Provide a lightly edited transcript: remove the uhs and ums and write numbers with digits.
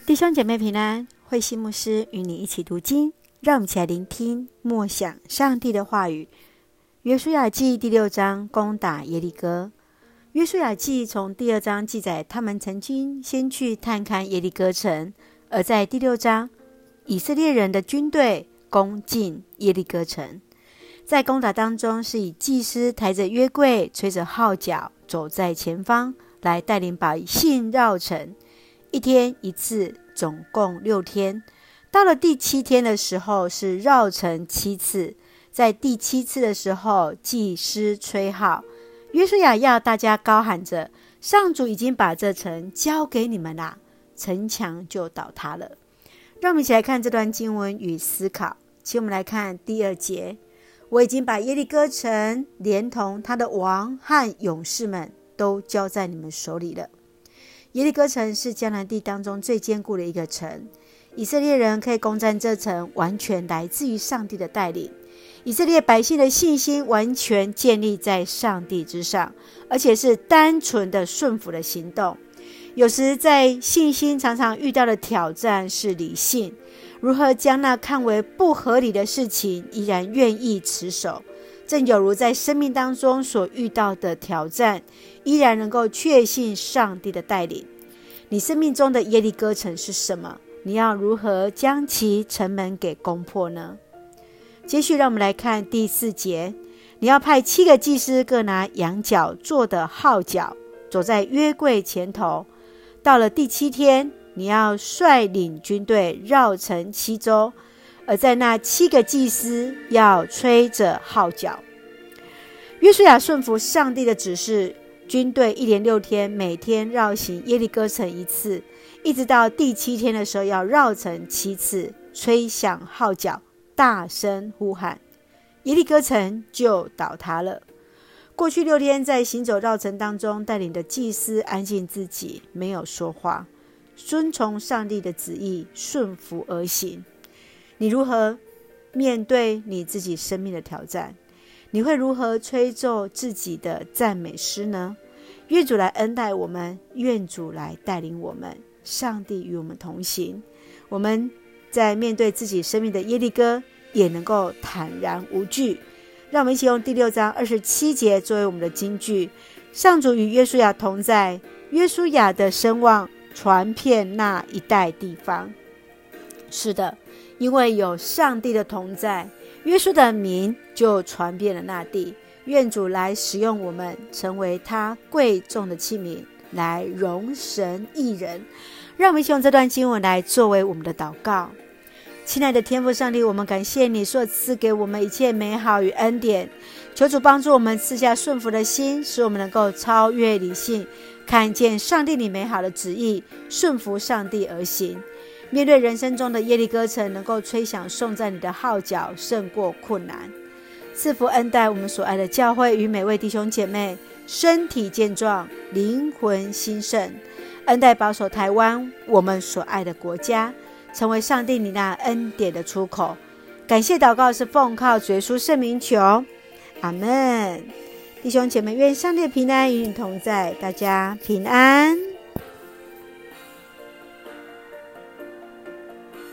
弟兄姐妹平安，慧馨牧师与你一起读经，让我们一起来聆听默想上帝的话语。约书亚记第6章，攻打耶利哥。约书亚记从第2章记载他们曾经先去探看耶利哥城，而在第6章以色列人的军队攻进耶利哥城。在攻打当中，是以祭司抬着约柜，吹着号角，走在前方，来带领百姓绕城。一天一次，总共6天。到了第7天的时候，是绕城7次。在第7次的时候，祭司吹号，约书亚要大家高喊着：上主已经把这城交给你们啦，城墙就倒塌了。让我们一起来看这段经文与思考。请我们来看第2节：我已经把耶利哥城连同他的王和勇士们都交在你们手里了。耶利哥城是迦南地当中最坚固的一个城，以色列人可以攻占这城，完全来自于上帝的带领。以色列百姓的信心完全建立在上帝之上，而且是单纯的顺服的行动。有时在信心常常遇到的挑战是理性，如何将那看为不合理的事情依然愿意持守，正有如在生命当中所遇到的挑战，依然能够确信上帝的带领。你生命中的耶利哥城是什么？你要如何将其城门给攻破呢？接续让我们来看第4节：你要派7个祭司，各拿羊角做的号角，走在约柜前头。到了第7天，你要率领军队绕城7周，而在那7个祭司要吹着号角。约书亚顺服上帝的指示，军队一连6天，每天绕行耶利哥城1次，一直到第7天的时候要绕城7次，吹响号角，大声呼喊，耶利哥城就倒塌了。过去6天在行走绕城当中，带领的祭司安静自己，没有说话，遵从上帝的旨意，顺服而行。你如何面对你自己生命的挑战？你会如何吹奏自己的赞美诗呢？愿主来恩待我们，愿主来带领我们，上帝与我们同行。我们在面对自己生命的耶利哥，也能够坦然无惧。让我们一起用第6章27节作为我们的金句：上主与约书亚同在，约书亚的声望传遍那一带地方。是的，因为有上帝的同在，约书的名就传遍了那地。愿主来使用我们，成为他贵重的器皿，来容神益人。让我们一起用这段经文来作为我们的祷告。亲爱的天父上帝，我们感谢你所赐给我们一切美好与恩典，求主帮助我们赐下顺服的心，使我们能够超越理性，看见上帝你美好的旨意，顺服上帝而行。面对人生中的耶利哥城，能够吹响颂赞你的号角，胜过困难。赐福恩待我们所爱的教会与每位弟兄姐妹，身体健壮，灵魂兴盛，恩待保守台湾我们所爱的国家，成为上帝你那恩典的出口。感谢祷告是奉靠主耶稣圣名求，阿们。弟兄姐妹，愿上帝的平安与你同在，大家平安。